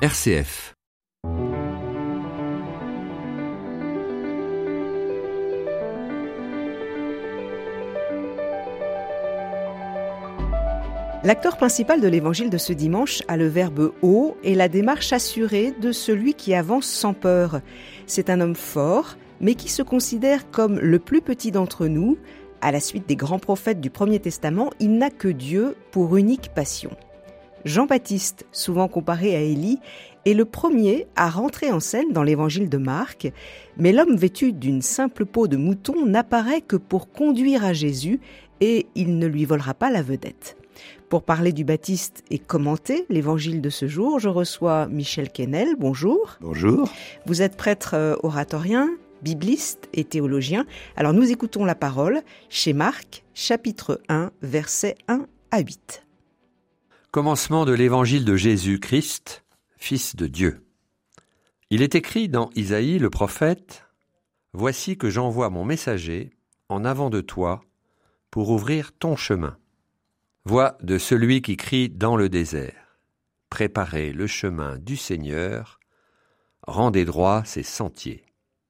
RCF. L'acteur principal de l'évangile de ce dimanche a le verbe « haut » et la démarche assurée de celui qui avance sans peur. C'est un homme fort, mais qui se considère comme le plus petit d'entre nous. À la suite des grands prophètes du Premier Testament, il n'a que Dieu pour unique passion. Jean-Baptiste, souvent comparé à Élie, est le premier à rentrer en scène dans l'évangile de Marc, mais l'homme vêtu d'une simple peau de mouton n'apparaît que pour conduire à Jésus et il ne lui volera pas la vedette. Pour parler du Baptiste et commenter l'évangile de ce jour, je reçois Michel Quesnel. Bonjour. Bonjour. Vous êtes prêtre oratorien, bibliste et théologien. Alors nous écoutons la parole chez Marc, chapitre 1, versets 1 à 8. Commencement de l'évangile de Jésus-Christ, Fils de Dieu. Il est écrit dans Isaïe le prophète : « Voici que j'envoie mon messager en avant de toi pour ouvrir ton chemin. Voix de celui qui crie dans le désert. Préparez le chemin du Seigneur, rendez droit ses sentiers. »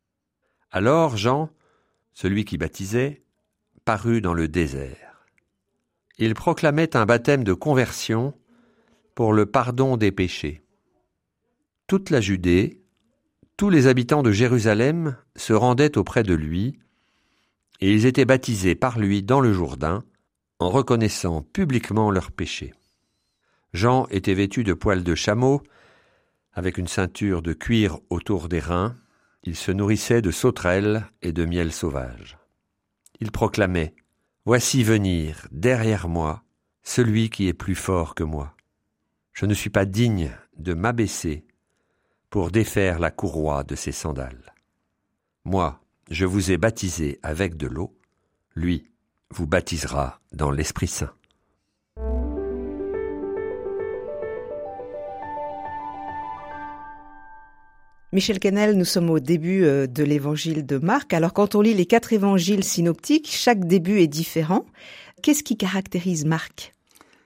Alors Jean, celui qui baptisait, parut dans le désert. Il proclamait un baptême de conversion pour le pardon des péchés. Toute la Judée, tous les habitants de Jérusalem se rendaient auprès de lui, et ils étaient baptisés par lui dans le Jourdain, en reconnaissant publiquement leurs péchés. Jean était vêtu de poils de chameau, avec une ceinture de cuir autour des reins. Il se nourrissait de sauterelles et de miel sauvage. Il proclamait : « Voici venir, derrière moi, celui qui est plus fort que moi. Je ne suis pas digne de m'abaisser pour défaire la courroie de ses sandales. Moi, je vous ai baptisé avec de l'eau, lui vous baptisera dans l'Esprit Saint. » Michel Quesnel, nous sommes au début de l'évangile de Marc. Alors quand on lit les 4 évangiles synoptiques, chaque début est différent. Qu'est-ce qui caractérise Marc ?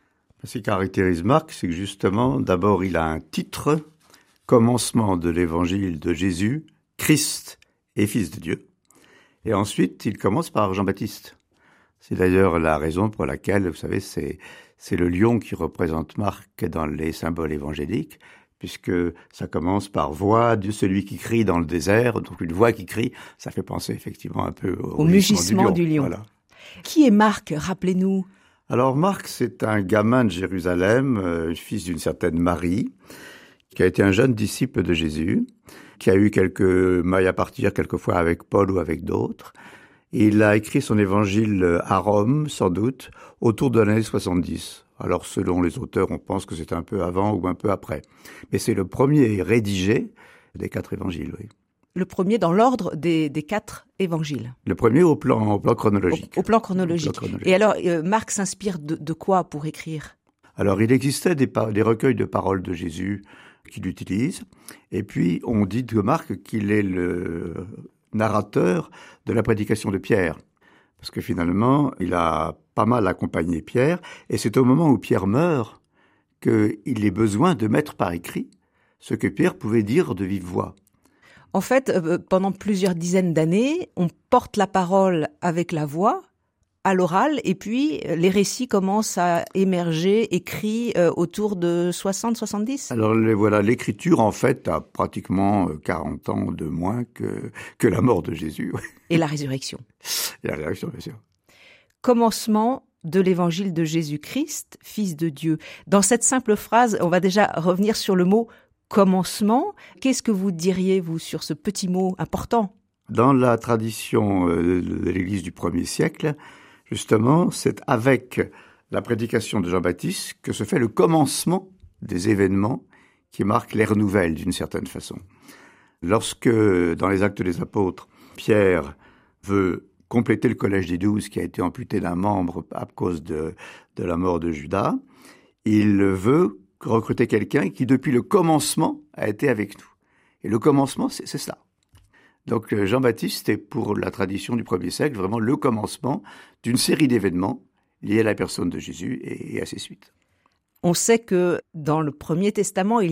Ce qui caractérise Marc, c'est que justement, d'abord, il a un titre, commencement de l'évangile de Jésus, Christ et Fils de Dieu. Et ensuite, il commence par Jean-Baptiste. C'est d'ailleurs la raison pour laquelle, vous savez, c'est le lion qui représente Marc dans les symboles évangéliques, puisque ça commence par voix de celui qui crie dans le désert. Donc une voix qui crie, ça fait penser effectivement un peu au mugissement du lion. Voilà. Qui est Marc ? Rappelez-nous. Alors Marc, c'est un gamin de Jérusalem, fils d'une certaine Marie, qui a été un jeune disciple de Jésus, qui a eu quelques mailles à partir, quelquefois avec Paul ou avec d'autres. Il a écrit son évangile à Rome, sans doute, autour de l'année 70. Alors, selon les auteurs, on pense que c'est un peu avant ou un peu après. Mais c'est le premier rédigé des 4 évangiles, oui. Le premier dans l'ordre des 4 évangiles. Le premier au plan chronologique. Au plan chronologique. Et alors, Marc s'inspire de quoi pour écrire ? Alors, il existait des recueils de paroles de Jésus qu'il utilise. Et puis, on dit de Marc qu'il est le narrateur de la prédication de Pierre. Parce que finalement, il a pas mal accompagné Pierre. Et c'est au moment où Pierre meurt qu'il est besoin de mettre par écrit ce que Pierre pouvait dire de vive voix. En fait, pendant plusieurs dizaines d'années, on porte la parole avec la voix, à l'oral, et puis les récits commencent à émerger, écrits autour de 60-70. Alors voilà, l'écriture en fait a pratiquement 40 ans de moins que la mort de Jésus. Et la résurrection. Et la résurrection, bien sûr. Commencement de l'évangile de Jésus-Christ, Fils de Dieu. Dans cette simple phrase, on va déjà revenir sur le mot commencement. Qu'est-ce que vous diriez, vous, sur ce petit mot important ? Dans la tradition de l'Église du 1er siècle, justement, c'est avec la prédication de Jean-Baptiste que se fait le commencement des événements qui marquent l'ère nouvelle, d'une certaine façon. Lorsque, dans les Actes des Apôtres, Pierre veut compléter le collège des 12 qui a été amputé d'un membre à cause de la mort de Judas, il veut recruter quelqu'un qui, depuis le commencement, a été avec nous. Et le commencement, c'est ça. Donc Jean-Baptiste est, pour la tradition du 1er siècle, vraiment le commencement d'une série d'événements liés à la personne de Jésus et à ses suites. On sait que dans le Premier Testament, il y a un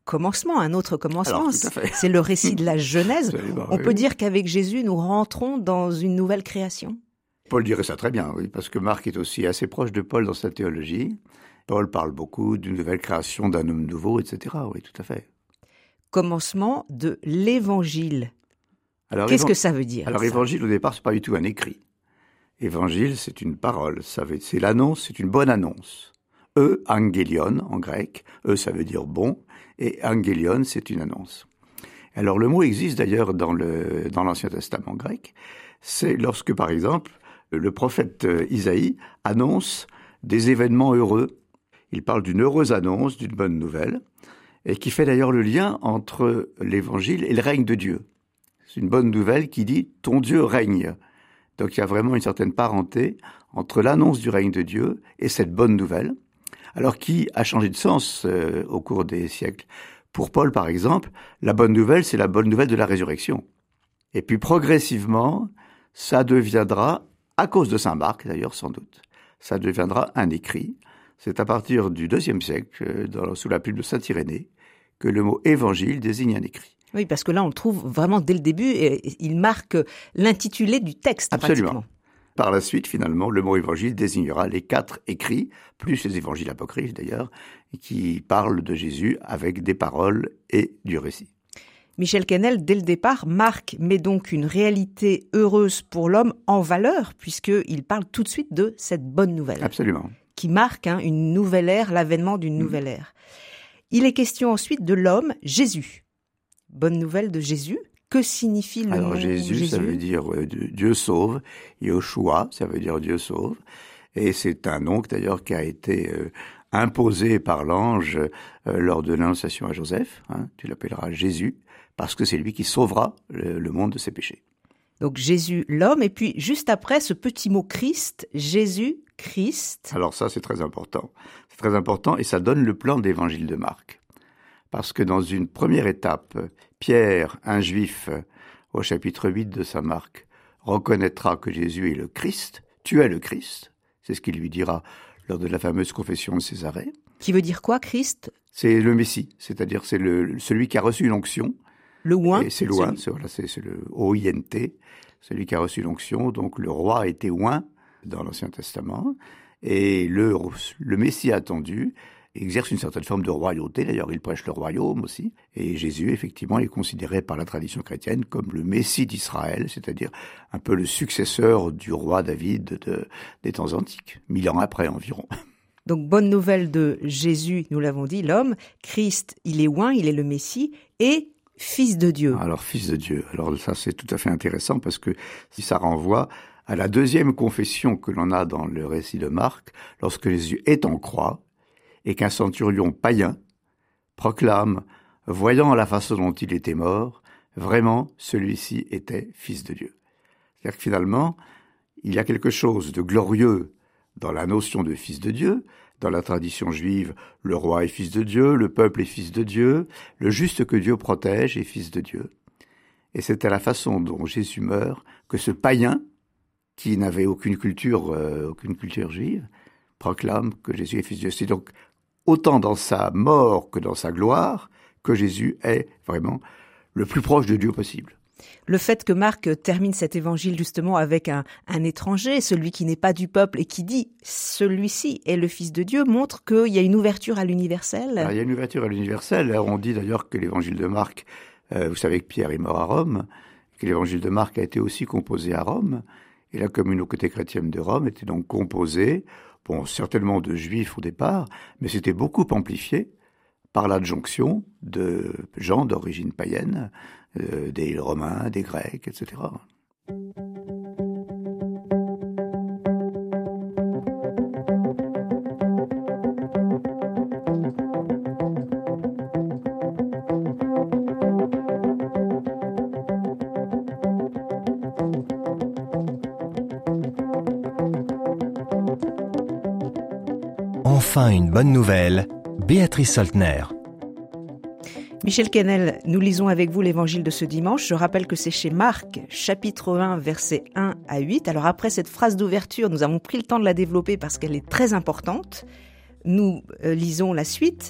commencement, un autre commencement. Alors, tout à fait. C'est le récit de la Genèse. Absolument, On oui. peut dire qu'avec Jésus, nous rentrons dans une nouvelle création. Paul dirait ça très bien, oui, parce que Marc est aussi assez proche de Paul dans sa théologie. Paul parle beaucoup d'une nouvelle création, d'un homme nouveau, etc. Oui, tout à fait. Commencement de l'évangile. Alors, Qu'est-ce que ça veut dire? Alors, ça évangile, au départ, c'est pas du tout un écrit. Évangile, c'est une parole. C'est l'annonce, c'est une bonne annonce. Angelion, en grec. Ça veut dire bon. Et angelion, c'est une annonce. Alors, le mot existe d'ailleurs dans l'Ancien Testament grec. C'est lorsque, par exemple, le prophète Isaïe annonce des événements heureux. Il parle d'une heureuse annonce, d'une bonne nouvelle, et qui fait d'ailleurs le lien entre l'évangile et le règne de Dieu. C'est une bonne nouvelle qui dit « ton Dieu règne ». Donc il y a vraiment une certaine parenté entre l'annonce du règne de Dieu et cette bonne nouvelle, alors qui a changé de sens au cours des siècles. Pour Paul, par exemple, la bonne nouvelle, c'est la bonne nouvelle de la résurrection. Et puis progressivement, ça deviendra, à cause de saint Marc d'ailleurs sans doute, ça deviendra un écrit. C'est à partir du IIe siècle, sous la plume de saint Irénée, que le mot évangile désigne un écrit. Oui, parce que là, on le trouve vraiment dès le début, et il marque l'intitulé du texte. Absolument. Pratiquement. Par la suite, finalement, le mot évangile désignera les 4 écrits, plus les évangiles apocryphes d'ailleurs, qui parlent de Jésus avec des paroles et du récit. Michel Quesnel, dès le départ, Marc met donc une réalité heureuse pour l'homme en valeur, puisqu'il parle tout de suite de cette bonne nouvelle. Absolument. Qui marque une nouvelle ère, l'avènement d'une nouvelle ère. Il est question ensuite de l'homme, Jésus. Bonne nouvelle de Jésus. Que signifie le Alors nom Jésus, ça veut dire Dieu sauve. Yoshua, ça veut dire Dieu sauve. Et c'est un nom d'ailleurs qui a été imposé par l'ange lors de l'annonciation à Joseph. Tu l'appelleras Jésus, parce que c'est lui qui sauvera le monde de ses péchés. Donc Jésus, l'homme, et puis juste après ce petit mot Christ, Jésus, Christ. Alors ça, c'est très important. C'est très important et ça donne le plan de l'évangile de Marc. Parce que dans une première étape, Pierre, un juif, au chapitre 8 de saint Marc, reconnaîtra que Jésus est le Christ. Tu es le Christ. C'est ce qu'il lui dira lors de la fameuse confession de Césarée. Qui veut dire quoi, Christ? C'est le Messie, c'est-à-dire c'est celui qui a reçu l'onction. Le oint. Et c'est l'oint, c'est le O-I-N-T, celui qui a reçu l'onction. Donc le roi a été oint dans l'Ancien Testament. Et le Messie attendu exerce une certaine forme de royauté. D'ailleurs, il prêche le royaume aussi. Et Jésus, effectivement, est considéré par la tradition chrétienne comme le Messie d'Israël, c'est-à-dire un peu le successeur du roi David des temps antiques, 1000 ans après environ. Donc, bonne nouvelle de Jésus, nous l'avons dit, l'homme. Christ, il est oint, il est le Messie, et fils de Dieu. Alors, fils de Dieu. Alors ça, c'est tout à fait intéressant parce que ça renvoie à la deuxième confession que l'on a dans le récit de Marc, lorsque Jésus est en croix, et qu'un centurion païen proclame, voyant la façon dont il était mort, vraiment, celui-ci était fils de Dieu. C'est-à-dire que finalement, il y a quelque chose de glorieux dans la notion de fils de Dieu. Dans la tradition juive, le roi est fils de Dieu, le peuple est fils de Dieu, le juste que Dieu protège est fils de Dieu. Et c'est à la façon dont Jésus meurt que ce païen, qui n'avait aucune culture juive, proclame que Jésus est fils de Dieu. C'est donc autant dans sa mort que dans sa gloire que Jésus est vraiment le plus proche de Dieu possible. Le fait que Marc termine cet évangile justement avec un étranger, celui qui n'est pas du peuple et qui dit « celui-ci est le Fils de Dieu » montre qu'il y a une ouverture à l'universel. Alors, il y a une ouverture à l'universel. Alors, on dit d'ailleurs que l'évangile de Marc, vous savez que Pierre est mort à Rome, que l'évangile de Marc a été aussi composé à Rome, et la communauté chrétienne de Rome était donc composée, certainement de juifs au départ, mais c'était beaucoup amplifié par l'adjonction de gens d'origine païenne, des Romains, des Grecs, etc. Enfin une bonne nouvelle, Béatrice Soltner. Michel Quesnel, nous lisons avec vous l'évangile de ce dimanche. Je rappelle que c'est chez Marc, chapitre 1, versets 1 à 8. Alors après cette phrase d'ouverture, nous avons pris le temps de la développer parce qu'elle est très importante. Nous lisons la suite.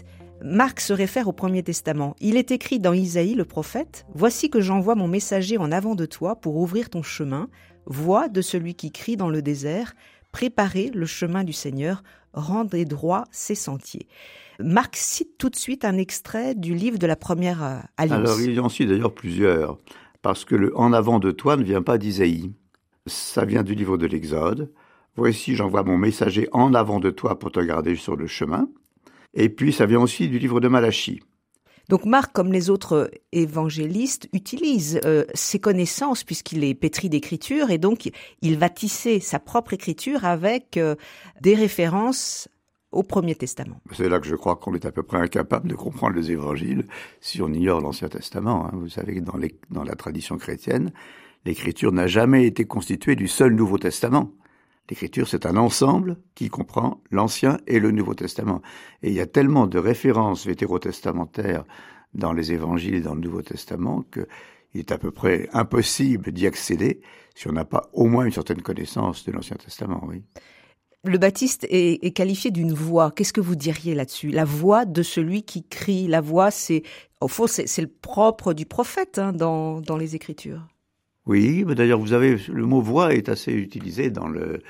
Marc se réfère au Premier Testament. Il est écrit dans Isaïe le prophète « Voici que j'envoie mon messager en avant de toi pour ouvrir ton chemin, voix de celui qui crie dans le désert, préparez le chemin du Seigneur, rendez droit ses sentiers. » Marc cite tout de suite un extrait du livre de la Première Alliance. Alors il y en cite d'ailleurs plusieurs, parce que le « en avant de toi » ne vient pas d'Isaïe. Ça vient du livre de l'Exode. « Voici, j'envoie mon messager en avant de toi pour te garder sur le chemin ». Et puis ça vient aussi du livre de Malachie. Donc Marc, comme les autres évangélistes, utilise ses connaissances puisqu'il est pétri d'écriture et donc il va tisser sa propre écriture avec des références au Premier Testament. C'est là que je crois qu'on est à peu près incapable de comprendre les évangiles si on ignore l'Ancien Testament. Vous savez que dans la tradition chrétienne, l'écriture n'a jamais été constituée du seul Nouveau Testament. L'écriture, c'est un ensemble qui comprend l'Ancien et le Nouveau Testament. Et il y a tellement de références vétérotestamentaires dans les évangiles et dans le Nouveau Testament qu'il est à peu près impossible d'y accéder si on n'a pas au moins une certaine connaissance de l'Ancien Testament, oui. Le baptiste est qualifié d'une voix. Qu'est-ce que vous diriez là-dessus? La voix de celui qui crie. La voix, au fond, c'est le propre du prophète dans les Écritures. Oui, mais d'ailleurs, vous avez le mot voix est assez utilisé dans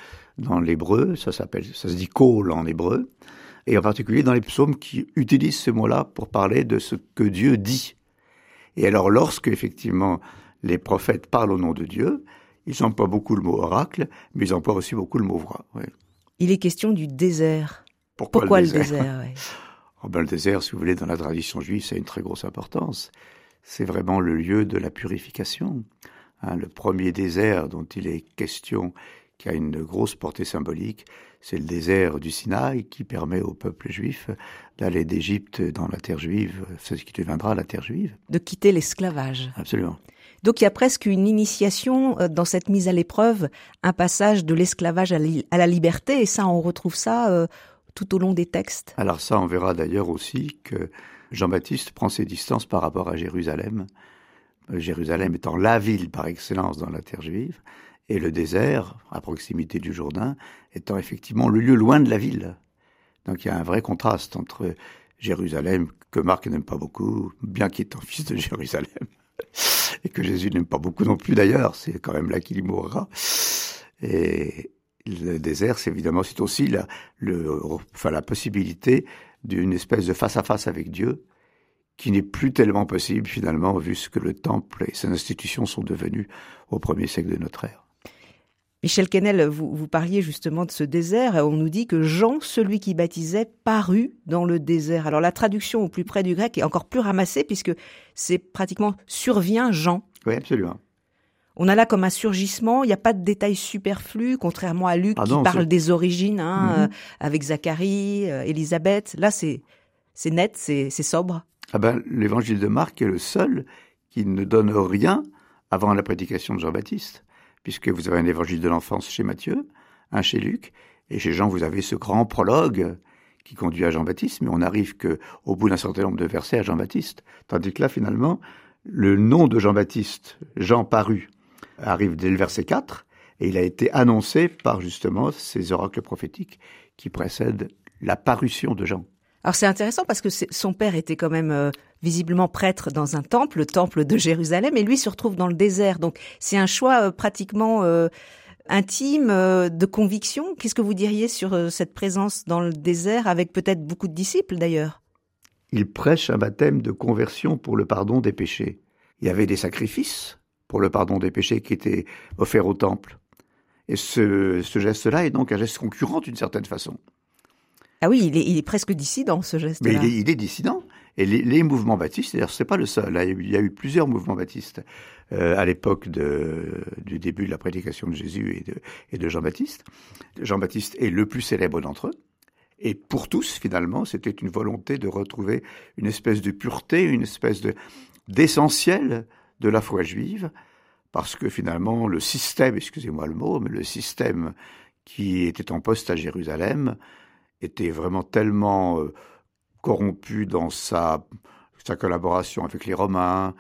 l'hébreu. Ça se dit kol en hébreu, et en particulier dans les psaumes qui utilisent ce mot-là pour parler de ce que Dieu dit. Et alors, lorsque effectivement les prophètes parlent au nom de Dieu, ils emploient beaucoup le mot oracle, mais ils emploient aussi beaucoup le mot voix. Oui. Il est question du désert. Pourquoi le désert ouais. Le désert, si vous voulez, dans la tradition juive, ça a une très grosse importance. C'est vraiment le lieu de la purification. Le premier désert dont il est question, qui a une grosse portée symbolique, c'est le désert du Sinaï qui permet au peuple juif d'aller d'Égypte dans la terre juive, c'est ce qui deviendra la terre juive. De quitter l'esclavage. Absolument. Donc il y a presque une initiation dans cette mise à l'épreuve, un passage de l'esclavage à la liberté, et ça, on retrouve ça tout au long des textes. Alors ça, on verra d'ailleurs aussi que Jean-Baptiste prend ses distances par rapport à Jérusalem. Jérusalem étant la ville par excellence dans la terre juive, et le désert, à proximité du Jourdain, étant effectivement le lieu loin de la ville. Donc il y a un vrai contraste entre Jérusalem, que Marc n'aime pas beaucoup, bien qu'il étant fils de Jérusalem, et que Jésus n'aime pas beaucoup non plus d'ailleurs, c'est quand même là qu'il y mourra. Et le désert, c'est aussi la possibilité d'une espèce de face-à-face avec Dieu, qui n'est plus tellement possible finalement, vu ce que le temple et ses institutions sont devenus au 1er siècle de notre ère. Michel Quesnel, vous parliez justement de ce désert. On nous dit que Jean, celui qui baptisait, parut dans le désert. Alors la traduction au plus près du grec est encore plus ramassée puisque c'est pratiquement survient Jean. Oui, absolument. On a là comme un surgissement, il n'y a pas de détails superflus, contrairement à Luc qui parle des origines, avec Zacharie, Élisabeth. Là, c'est net, c'est sobre. L'évangile de Marc est le seul qui ne donne rien avant la prédication de Jean-Baptiste, puisque vous avez un évangile de l'enfance chez Matthieu, un chez Luc, et chez Jean, vous avez ce grand prologue qui conduit à Jean-Baptiste, mais on n'arrive qu'au bout d'un certain nombre de versets à Jean-Baptiste. Tandis que là, finalement, le nom de Jean-Baptiste, Jean parut, arrive dès le verset 4, et il a été annoncé par justement ces oracles prophétiques qui précèdent la parution de Jean. Alors c'est intéressant parce que son père était quand même visiblement prêtre dans un temple, le temple de Jérusalem, et lui se retrouve dans le désert. Donc c'est un choix pratiquement intime, de conviction. Qu'est-ce que vous diriez sur cette présence dans le désert, avec peut-être beaucoup de disciples d'ailleurs? Il prêche un baptême de conversion pour le pardon des péchés. Il y avait des sacrifices pour le pardon des péchés qui étaient offerts au temple. Et ce geste-là est donc un geste concurrent d'une certaine façon. Ah oui, il est presque dissident, ce geste-là. Mais il est dissident. Et les mouvements baptistes, d'ailleurs, c'est pas le seul. Il y a eu plusieurs mouvements baptistes à l'époque du début de la prédication de Jésus et de Jean-Baptiste. Jean-Baptiste est le plus célèbre d'entre eux. Et pour tous, finalement, c'était une volonté de retrouver une espèce de pureté, une espèce d'essentiel de la foi juive, parce que finalement, le système, excusez-moi le mot, mais le système qui était en poste à Jérusalem était vraiment tellement corrompu dans sa collaboration avec les Romains,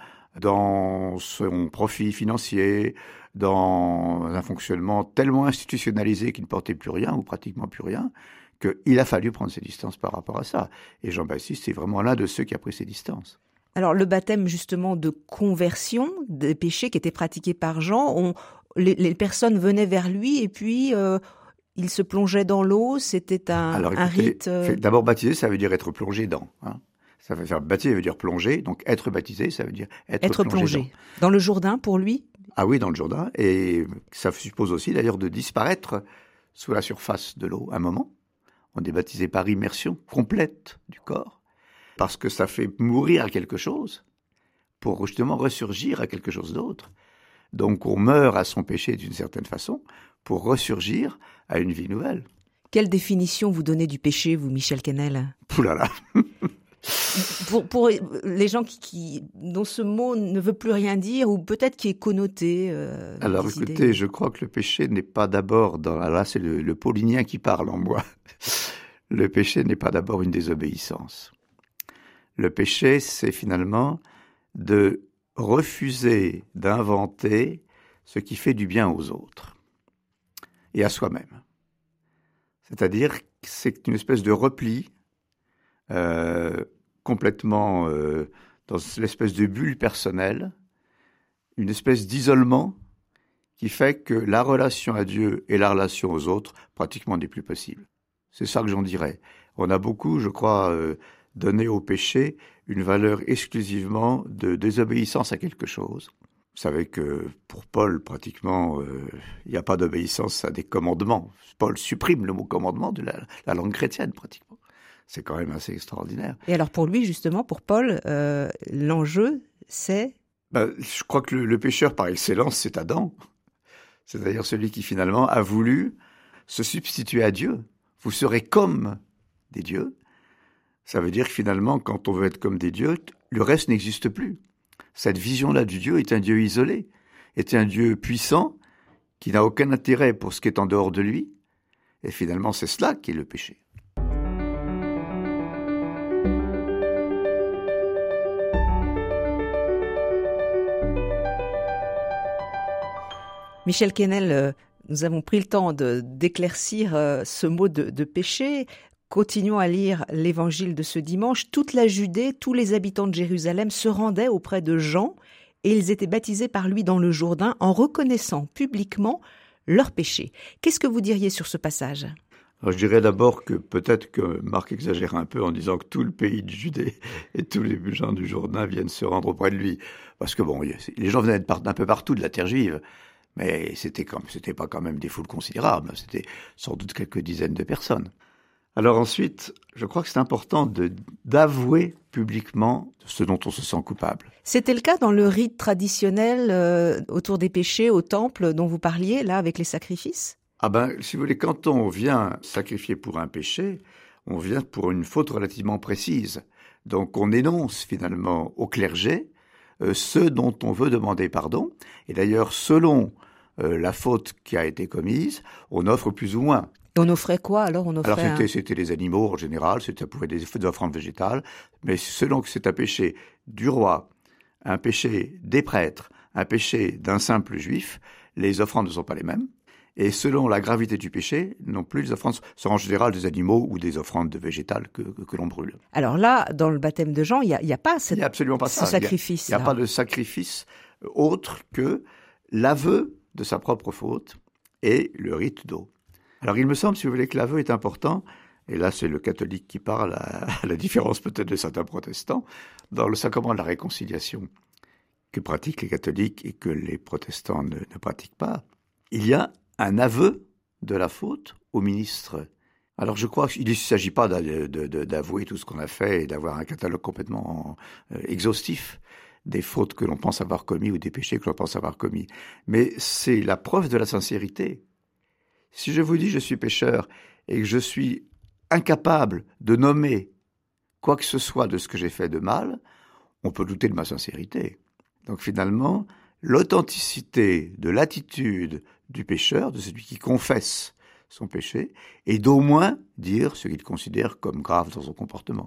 dans son profit financier, dans un fonctionnement tellement institutionnalisé qui ne portait plus rien, ou pratiquement plus rien, qu'il a fallu prendre ses distances par rapport à ça. Et Jean-Baptiste est vraiment l'un de ceux qui a pris ses distances. Alors le baptême justement de conversion des péchés qui était pratiqué par Jean, les personnes venaient vers lui et puis il se plongeait dans l'eau, c'était un rite. D'abord baptiser, ça veut dire être plongé dans. Hein. Ça veut faire baptiser, veut dire plonger, donc être baptisé, ça veut dire être plongé. Dans le Jourdain pour lui ? Ah oui, dans le Jourdain, et ça suppose aussi d'ailleurs de disparaître sous la surface de l'eau un moment. On est baptisé par immersion complète du corps, parce que ça fait mourir à quelque chose pour justement ressurgir à quelque chose d'autre. Donc on meurt à son péché d'une certaine façon pour ressurgir à une vie nouvelle. Quelle définition vous donnez du péché, vous, Michel Quesnel ? Ouh là là. Pour les gens dont ce mot ne veut plus rien dire ou peut-être qui est connoté. Alors écoutez, je crois que le péché n'est pas d'abord là c'est le paulinien qui parle en moi. Le péché n'est pas d'abord une désobéissance. Le péché, c'est finalement de refuser d'inventer ce qui fait du bien aux autres et à soi-même. C'est-à-dire que c'est une espèce de repli complètement dans l'espèce de bulle personnelle, une espèce d'isolement qui fait que la relation à Dieu et la relation aux autres pratiquement n'est plus possible. C'est ça que j'en dirais. On a beaucoup, je crois, donné au péché une valeur exclusivement de désobéissance à quelque chose. Vous savez que pour Paul, pratiquement, il n'y a pas d'obéissance à des commandements. Paul supprime le mot commandement de la langue chrétienne, pratiquement. C'est quand même assez extraordinaire. Et alors pour lui, justement, pour Paul, l'enjeu, c'est... Je crois que le pécheur par excellence, c'est Adam. C'est d'ailleurs celui qui finalement a voulu se substituer à Dieu. Vous serez comme des dieux. Ça veut dire que finalement, quand on veut être comme des dieux, le reste n'existe plus. Cette vision-là du Dieu est un Dieu isolé, est un Dieu puissant, qui n'a aucun intérêt pour ce qui est en dehors de lui. Et finalement, c'est cela qui est le péché. Michel Quesnel, nous avons pris le temps d'éclaircir ce mot de péché. Continuons à lire l'évangile de ce dimanche. Toute la Judée, tous les habitants de Jérusalem se rendaient auprès de Jean et ils étaient baptisés par lui dans le Jourdain en reconnaissant publiquement leurs péchés. Qu'est-ce que vous diriez sur ce passage ? Alors, je dirais d'abord que peut-être que Marc exagère un peu en disant que tout le pays de Judée et tous les gens du Jourdain viennent se rendre auprès de lui. Parce que bon, les gens venaient d'un peu partout de la terre juive. Mais c'était pas quand même des foules considérables, c'était sans doute quelques dizaines de personnes. Alors ensuite, je crois que c'est important d'avouer publiquement ce dont on se sent coupable. C'était le cas dans le rite traditionnel autour des péchés au temple dont vous parliez, là, avec les sacrifices ? Si vous voulez, quand on vient sacrifier pour un péché, on vient pour une faute relativement précise. Donc on énonce finalement au clergé ceux dont on veut demander pardon. Et d'ailleurs, selon la faute qui a été commise, on offre plus ou moins. Et on offrait quoi alors ? C'était les animaux en général, ça pouvait être des offrandes végétales, mais selon que c'est un péché du roi, un péché des prêtres, un péché d'un simple juif, les offrandes ne sont pas les mêmes. Et selon la gravité du péché, non plus, les offrandes sont en général des animaux ou des offrandes végétales que l'on brûle. Alors là, dans le baptême de Jean, il n'y a pas ce sacrifice. Il n'y a pas de sacrifice autre que l'aveu de sa propre faute et le rite d'eau. Alors il me semble, si vous voulez, que l'aveu est important, et là c'est le catholique qui parle, à la différence peut-être de certains protestants, dans le sacrement de la réconciliation que pratiquent les catholiques et que les protestants ne pratiquent pas, il y a un aveu de la faute au ministre. Alors je crois qu'il ne s'agit pas d'avouer tout ce qu'on a fait et d'avoir un catalogue complètement exhaustif des fautes que l'on pense avoir commis ou des péchés que l'on pense avoir commis. Mais c'est la preuve de la sincérité. Si je vous dis je suis pécheur et que je suis incapable de nommer quoi que ce soit de ce que j'ai fait de mal, on peut douter de ma sincérité. Donc finalement, l'authenticité de l'attitude du pécheur, de celui qui confesse son péché, est d'au moins dire ce qu'il considère comme grave dans son comportement.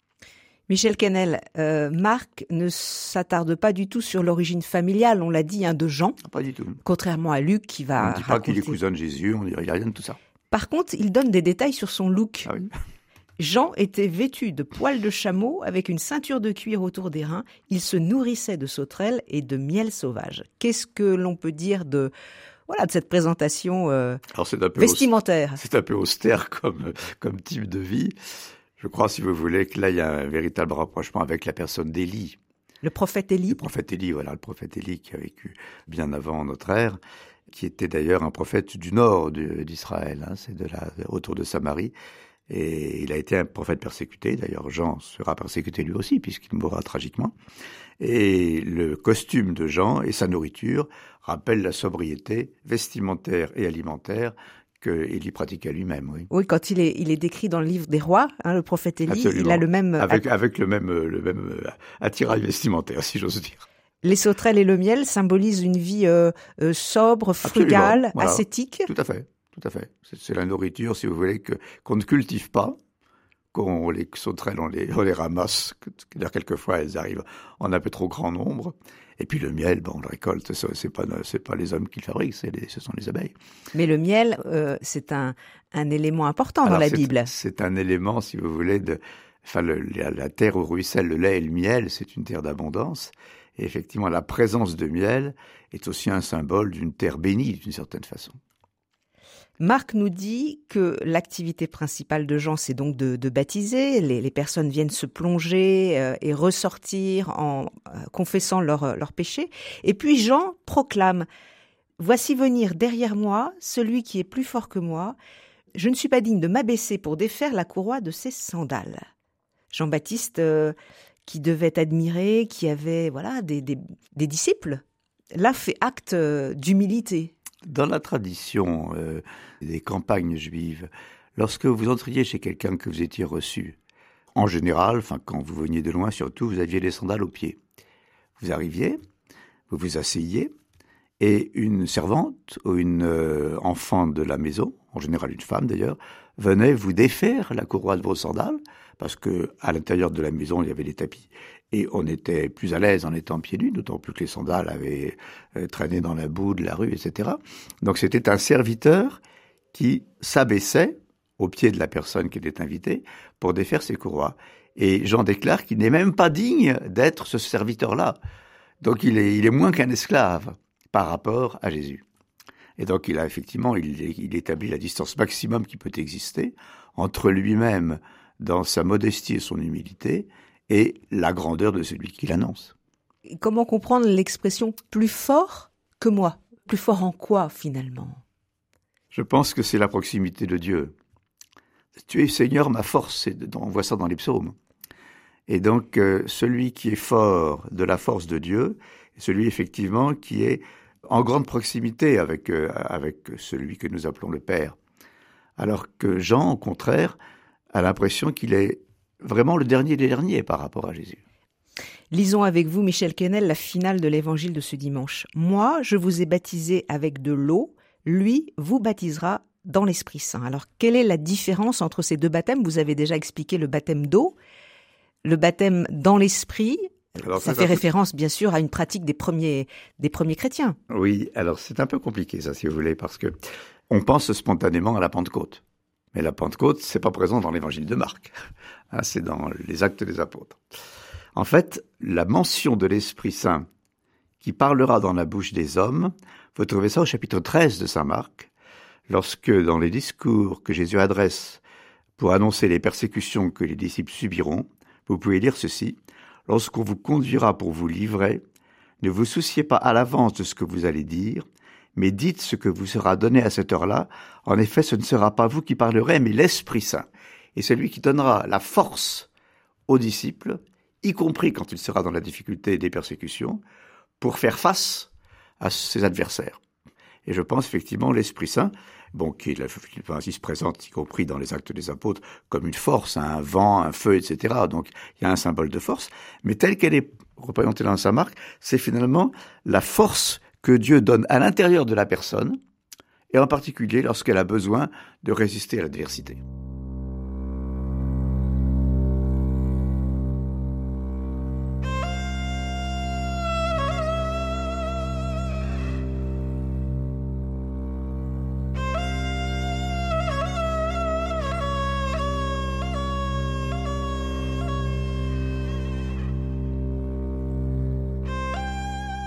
Michel Quesnel, Marc ne s'attarde pas du tout sur l'origine familiale, on l'a dit, de Jean. Pas du tout. Contrairement à Luc qui va On ne dit pas qu'il est cousin de Jésus, il n'y a rien de tout ça. Par contre, il donne des détails sur son look. Ah oui. Jean était vêtu de poils de chameau avec une ceinture de cuir autour des reins. Il se nourrissait de sauterelles et de miel sauvage. Qu'est-ce que l'on peut dire de cette présentation Alors c'est un peu vestimentaire? C'est un peu austère comme type de vie. Je crois, si vous voulez, que là, il y a un véritable rapprochement avec la personne d'Élie. Le prophète Élie? Le prophète Élie qui a vécu bien avant notre ère, qui était d'ailleurs un prophète du nord d'Israël, c'est autour de Samarie. Et il a été un prophète persécuté. D'ailleurs, Jean sera persécuté lui aussi, puisqu'il mourra tragiquement. Et le costume de Jean et sa nourriture rappellent la sobriété vestimentaire et alimentaire que Élie pratiquait lui-même. Oui, oui, quand il est décrit dans le livre des rois, le prophète Élie, absolument. Il a le même... Avec le même attirail vestimentaire, si j'ose dire. Les sauterelles et le miel symbolisent une vie sobre, frugale, voilà. Ascétique. Tout à fait. C'est la nourriture, si vous voulez, qu'on ne cultive pas, les sauterelles, on les ramasse. D'ailleurs, quelquefois, elles arrivent en un peu trop grand nombre. Et puis le miel, on le récolte. C'est pas les hommes qui le fabriquent, ce sont les abeilles. Mais le miel, c'est un élément important dans la Bible. C'est un élément, si vous voulez, la terre où ruisselle le lait et le miel, c'est une terre d'abondance. Et effectivement, la présence de miel est aussi un symbole d'une terre bénie, d'une certaine façon. Marc nous dit que l'activité principale de Jean, c'est donc de baptiser. Les personnes viennent se plonger et ressortir en confessant leurs péchés. Et puis Jean proclame « Voici venir derrière moi celui qui est plus fort que moi. Je ne suis pas digne de m'abaisser pour défaire la courroie de ses sandales. » Jean-Baptiste, qui devait admirer, qui avait des disciples, là fait acte d'humilité. Dans la tradition des campagnes juives, lorsque vous entriez chez quelqu'un que vous étiez reçu, en général, quand vous veniez de loin surtout, vous aviez les sandales aux pieds. Vous arriviez, vous vous asseyiez, et une servante ou une enfant de la maison, en général une femme d'ailleurs, venait vous défaire la courroie de vos sandales, parce que à l'intérieur de la maison, il y avait des tapis. Et on était plus à l'aise en étant pieds nus, d'autant plus que les sandales avaient traîné dans la boue de la rue, etc. Donc c'était un serviteur qui s'abaissait au pied de la personne qui était invitée pour défaire ses courroies. Et Jean déclare qu'il n'est même pas digne d'être ce serviteur-là. Donc il est moins qu'un esclave par rapport à Jésus. Et donc il établit la distance maximum qui peut exister entre lui-même dans sa modestie et son humilité et la grandeur de celui qui l'annonce. Comment comprendre l'expression « plus fort que moi » ? Plus fort en quoi, finalement ? Je pense que c'est la proximité de Dieu. « Tu es Seigneur, ma force », on voit ça dans les psaumes. Et donc, celui qui est fort de la force de Dieu, est celui effectivement qui est en grande proximité avec celui que nous appelons le Père. Alors que Jean, au contraire, a l'impression qu'il est vraiment le dernier des derniers par rapport à Jésus. Lisons avec vous, Michel Quesnel, la finale de l'évangile de ce dimanche. « Moi, je vous ai baptisé avec de l'eau, lui vous baptisera dans l'Esprit Saint. » Alors, quelle est la différence entre ces deux baptêmes ? Vous avez déjà expliqué le baptême d'eau, le baptême dans l'Esprit. Alors, ça fait référence, bien sûr, à une pratique des premiers chrétiens. Oui, alors c'est un peu compliqué, ça, si vous voulez, parce que on pense spontanément à la Pentecôte. Mais la Pentecôte, c'est pas présent dans l'évangile de Marc. C'est dans les Actes des Apôtres. En fait, la mention de l'Esprit Saint qui parlera dans la bouche des hommes, vous trouvez ça au chapitre 13 de saint Marc, lorsque dans les discours que Jésus adresse pour annoncer les persécutions que les disciples subiront, vous pouvez lire ceci: « Lorsqu'on vous conduira pour vous livrer, ne vous souciez pas à l'avance de ce que vous allez dire, mais dites ce que vous sera donné à cette heure-là. En effet, ce ne sera pas vous qui parlerez, mais l'Esprit Saint. Et celui qui donnera la force aux disciples, y compris quand il sera dans la difficulté et des persécutions, pour faire face à ses adversaires. » Et je pense effectivement l'Esprit Saint, qui se présente, y compris dans les Actes des Apôtres, comme une force, un vent, un feu, etc. Donc il y a un symbole de force, mais telle qu'elle est représentée dans saint Marc, c'est finalement la force que Dieu donne à l'intérieur de la personne, et en particulier lorsqu'elle a besoin de résister à l'adversité.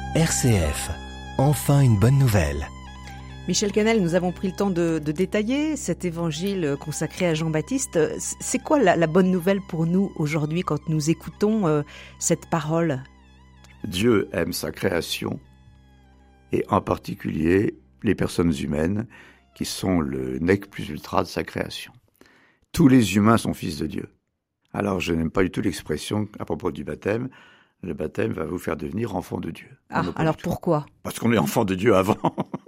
RCF. Enfin une bonne nouvelle. Michel Canel, nous avons pris le temps de détailler cet évangile consacré à Jean-Baptiste. C'est quoi la bonne nouvelle pour nous aujourd'hui quand nous écoutons cette parole ? Dieu aime sa création et en particulier les personnes humaines qui sont le nec plus ultra de sa création. Tous les humains sont fils de Dieu. Alors je n'aime pas du tout l'expression à propos du baptême. Le baptême va vous faire devenir enfant de Dieu. Ah, alors pourquoi ? Parce qu'on est enfant de Dieu avant.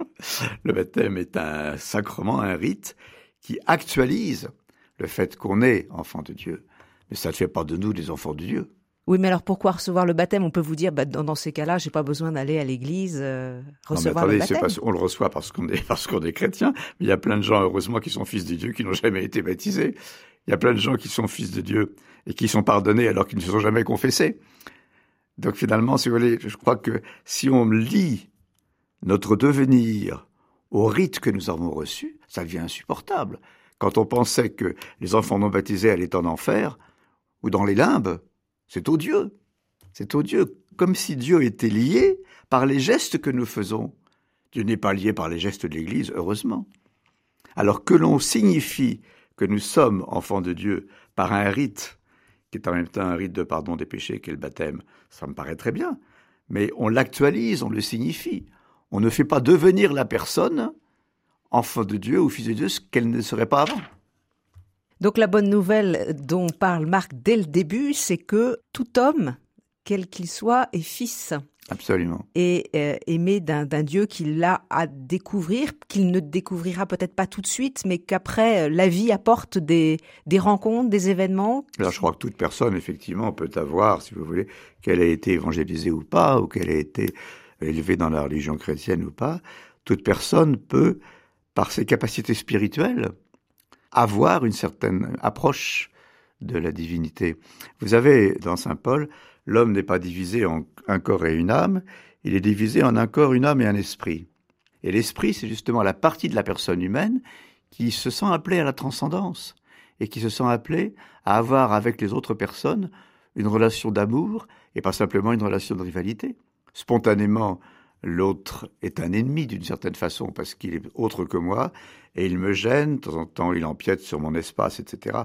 Le baptême est un sacrement, un rite qui actualise le fait qu'on est enfant de Dieu. Mais ça ne fait pas de nous des enfants de Dieu. Oui, mais alors pourquoi recevoir le baptême ? On peut vous dire, dans ces cas-là, j'ai pas besoin d'aller à l'église recevoir le baptême. On le reçoit parce qu'on est chrétien. Mais il y a plein de gens, heureusement, qui sont fils de Dieu, qui n'ont jamais été baptisés. Il y a plein de gens qui sont fils de Dieu et qui sont pardonnés alors qu'ils ne se sont jamais confessés. Donc finalement, si vous voulez, je crois que si on lie notre devenir au rite que nous avons reçu, ça devient insupportable. Quand on pensait que les enfants non baptisés allaient en enfer ou dans les limbes, c'est odieux. C'est odieux, comme si Dieu était lié par les gestes que nous faisons. Dieu n'est pas lié par les gestes de l'Église, heureusement. Alors que l'on signifie que nous sommes enfants de Dieu par un rite, qui est en même temps un rite de pardon des péchés qu'est le baptême, ça me paraît très bien. Mais on l'actualise, on le signifie. On ne fait pas devenir la personne enfant de Dieu ou fils de Dieu ce qu'elle ne serait pas avant. Donc la bonne nouvelle dont parle Marc dès le début, c'est que tout homme, quel qu'il soit, est fils. Absolument. Et aimé d'un Dieu qu'il a à découvrir, qu'il ne découvrira peut-être pas tout de suite, mais qu'après, la vie apporte des rencontres, des événements. Alors, je crois que toute personne, effectivement, peut avoir, si vous voulez, qu'elle ait été évangélisée ou pas, ou qu'elle ait été élevée dans la religion chrétienne ou pas, toute personne peut, par ses capacités spirituelles, avoir une certaine approche de la divinité. Vous avez, dans saint Paul, l'homme n'est pas divisé en un corps et une âme, il est divisé en un corps, une âme et un esprit. Et l'esprit, c'est justement la partie de la personne humaine qui se sent appelée à la transcendance et qui se sent appelée à avoir avec les autres personnes une relation d'amour et pas simplement une relation de rivalité. Spontanément, l'autre est un ennemi d'une certaine façon parce qu'il est autre que moi et il me gêne, de temps en temps il empiète sur mon espace, etc.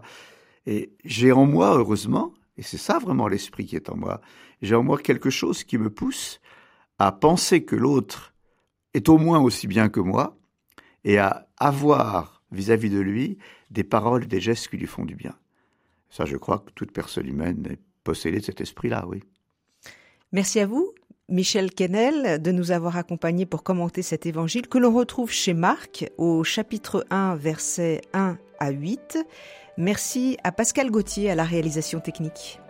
Et j'ai en moi, heureusement, et c'est ça vraiment l'esprit qui est en moi, j'ai en moi quelque chose qui me pousse à penser que l'autre est au moins aussi bien que moi et à avoir vis-à-vis de lui des paroles, des gestes qui lui font du bien. Ça, je crois que toute personne humaine est possédée de cet esprit-là, oui. Merci à vous, Michel Canel, de nous avoir accompagnés pour commenter cet évangile que l'on retrouve chez Marc au chapitre 1, versets 1 à 8. Merci à Pascal Gauthier à la réalisation technique.